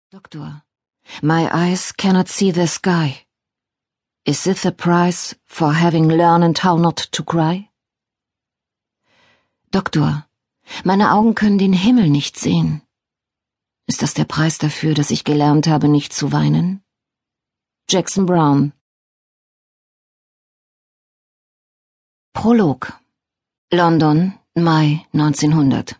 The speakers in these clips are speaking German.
Doctor, my eyes cannot see the sky. Is this the price for having learned how not to cry? Doktor, meine Augen können den Himmel nicht sehen. Ist das der Preis dafür, dass ich gelernt habe, nicht zu weinen? Jackson Browne. Prolog. London, Mai 1900.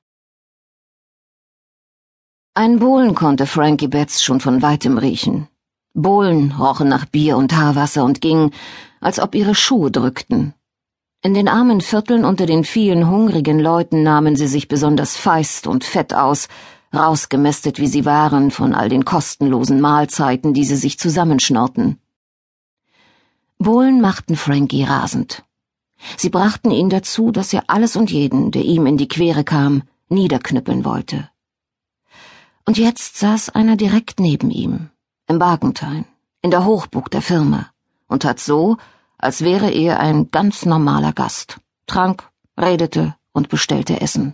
Ein Bohlen konnte Frankie Betts schon von weitem riechen. Bohlen rochen nach Bier und Haarwasser und gingen, als ob ihre Schuhe drückten. In den armen Vierteln unter den vielen hungrigen Leuten nahmen sie sich besonders feist und fett aus, rausgemästet wie sie waren von all den kostenlosen Mahlzeiten, die sie sich zusammenschnorrten. Bohlen machten Frankie rasend. Sie brachten ihn dazu, dass er alles und jeden, der ihm in die Quere kam, niederknüppeln wollte. Und jetzt saß einer direkt neben ihm, im Barkentine, in der Hochburg der Firma, und tat so, als wäre er ein ganz normaler Gast, trank, redete und bestellte Essen.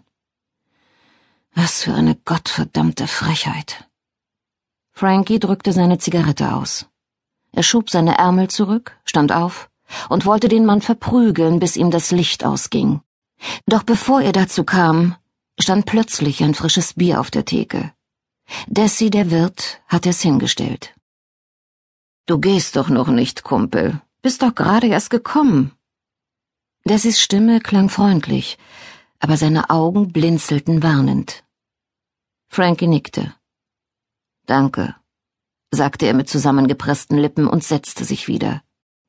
Was für eine gottverdammte Frechheit. Frankie drückte seine Zigarette aus. Er schob seine Ärmel zurück, stand auf und wollte den Mann verprügeln, bis ihm das Licht ausging. Doch bevor er dazu kam, stand plötzlich ein frisches Bier auf der Theke. Desi, der Wirt, hat es hingestellt. »Du gehst doch noch nicht, Kumpel. Bist doch gerade erst gekommen.« Desis Stimme klang freundlich, aber seine Augen blinzelten warnend. Frankie nickte. »Danke«, sagte er mit zusammengepressten Lippen und setzte sich wieder.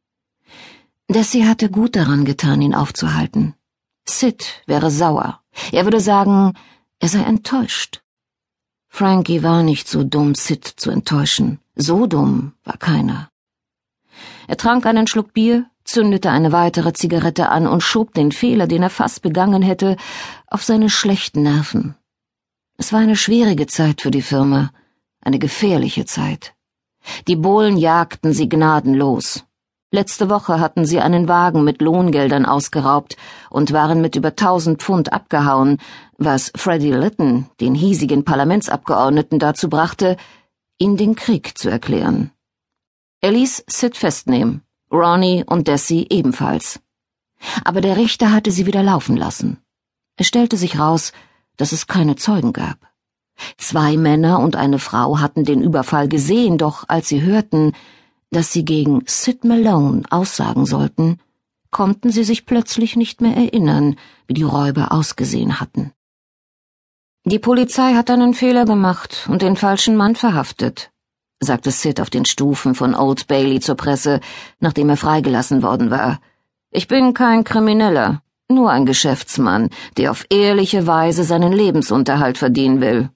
Desi hatte gut daran getan, ihn aufzuhalten. Sid wäre sauer. Er würde sagen, er sei enttäuscht. Frankie war nicht so dumm, Sid zu enttäuschen. So dumm war keiner. Er trank einen Schluck Bier, zündete eine weitere Zigarette an und schob den Fehler, den er fast begangen hätte, auf seine schlechten Nerven. Es war eine schwierige Zeit für die Firma, eine gefährliche Zeit. Die Bohlen jagten sie gnadenlos. Letzte Woche hatten sie einen Wagen mit Lohngeldern ausgeraubt und waren mit über 1000 Pfund abgehauen, was Freddie Litton, den hiesigen Parlamentsabgeordneten, dazu brachte, ihn den Krieg zu erklären. Er ließ Sid festnehmen, Ronnie und Desi ebenfalls. Aber der Richter hatte sie wieder laufen lassen. Es stellte sich raus, dass es keine Zeugen gab. 2 Männer und eine Frau hatten den Überfall gesehen, doch als sie hörten, dass sie gegen Sid Malone aussagen sollten, konnten sie sich plötzlich nicht mehr erinnern, wie die Räuber ausgesehen hatten. »Die Polizei hat einen Fehler gemacht und den falschen Mann verhaftet«, sagte Sid auf den Stufen von Old Bailey zur Presse, nachdem er freigelassen worden war. »Ich bin kein Krimineller, nur ein Geschäftsmann, der auf ehrliche Weise seinen Lebensunterhalt verdienen will.«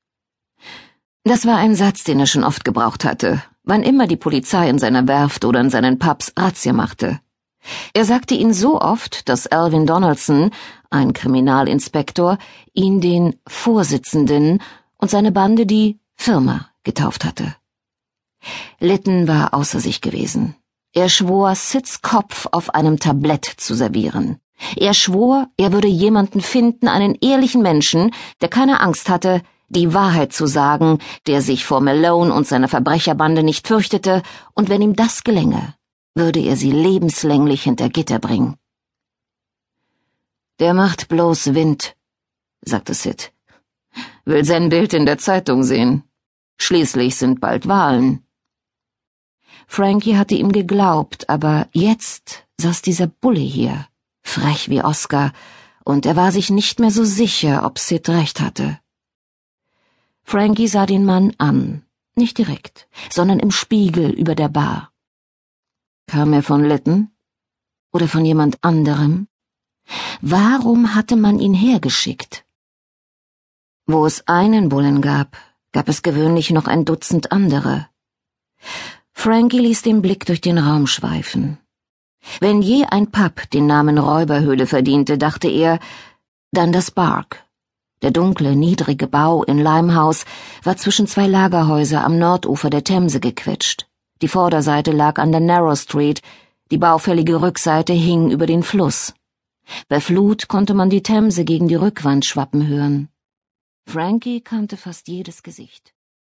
Das war ein Satz, den er schon oft gebraucht hatte, wann immer die Polizei in seiner Werft oder in seinen Pubs Razzia machte. Er sagte ihn so oft, dass Alvin Donaldson, ein Kriminalinspektor, ihn den Vorsitzenden und seine Bande die Firma getauft hatte. Litton war außer sich gewesen. Er schwor, Sids Kopf auf einem Tablett zu servieren. Er schwor, er würde jemanden finden, einen ehrlichen Menschen, der keine Angst hatte, die Wahrheit zu sagen, der sich vor Malone und seiner Verbrecherbande nicht fürchtete, und wenn ihm das gelänge, würde er sie lebenslänglich hinter Gitter bringen. »Der macht bloß Wind«, sagte Sid. »Will sein Bild in der Zeitung sehen. Schließlich sind bald Wahlen.« Frankie hatte ihm geglaubt, aber jetzt saß dieser Bulle hier, frech wie Oscar, und er war sich nicht mehr so sicher, ob Sid recht hatte. Frankie sah den Mann an, nicht direkt, sondern im Spiegel über der Bar. Kam er von Litton? Oder von jemand anderem? Warum hatte man ihn hergeschickt? Wo es einen Bullen gab, gab es gewöhnlich noch ein Dutzend andere. Frankie ließ den Blick durch den Raum schweifen. Wenn je ein Pub den Namen Räuberhöhle verdiente, dachte er, dann das Bark. Der dunkle, niedrige Bau in Limehouse war zwischen 2 Lagerhäuser am Nordufer der Themse gequetscht. Die Vorderseite lag an der Narrow Street, die baufällige Rückseite hing über den Fluss. Bei Flut konnte man die Themse gegen die Rückwand schwappen hören. Frankie kannte fast jedes Gesicht.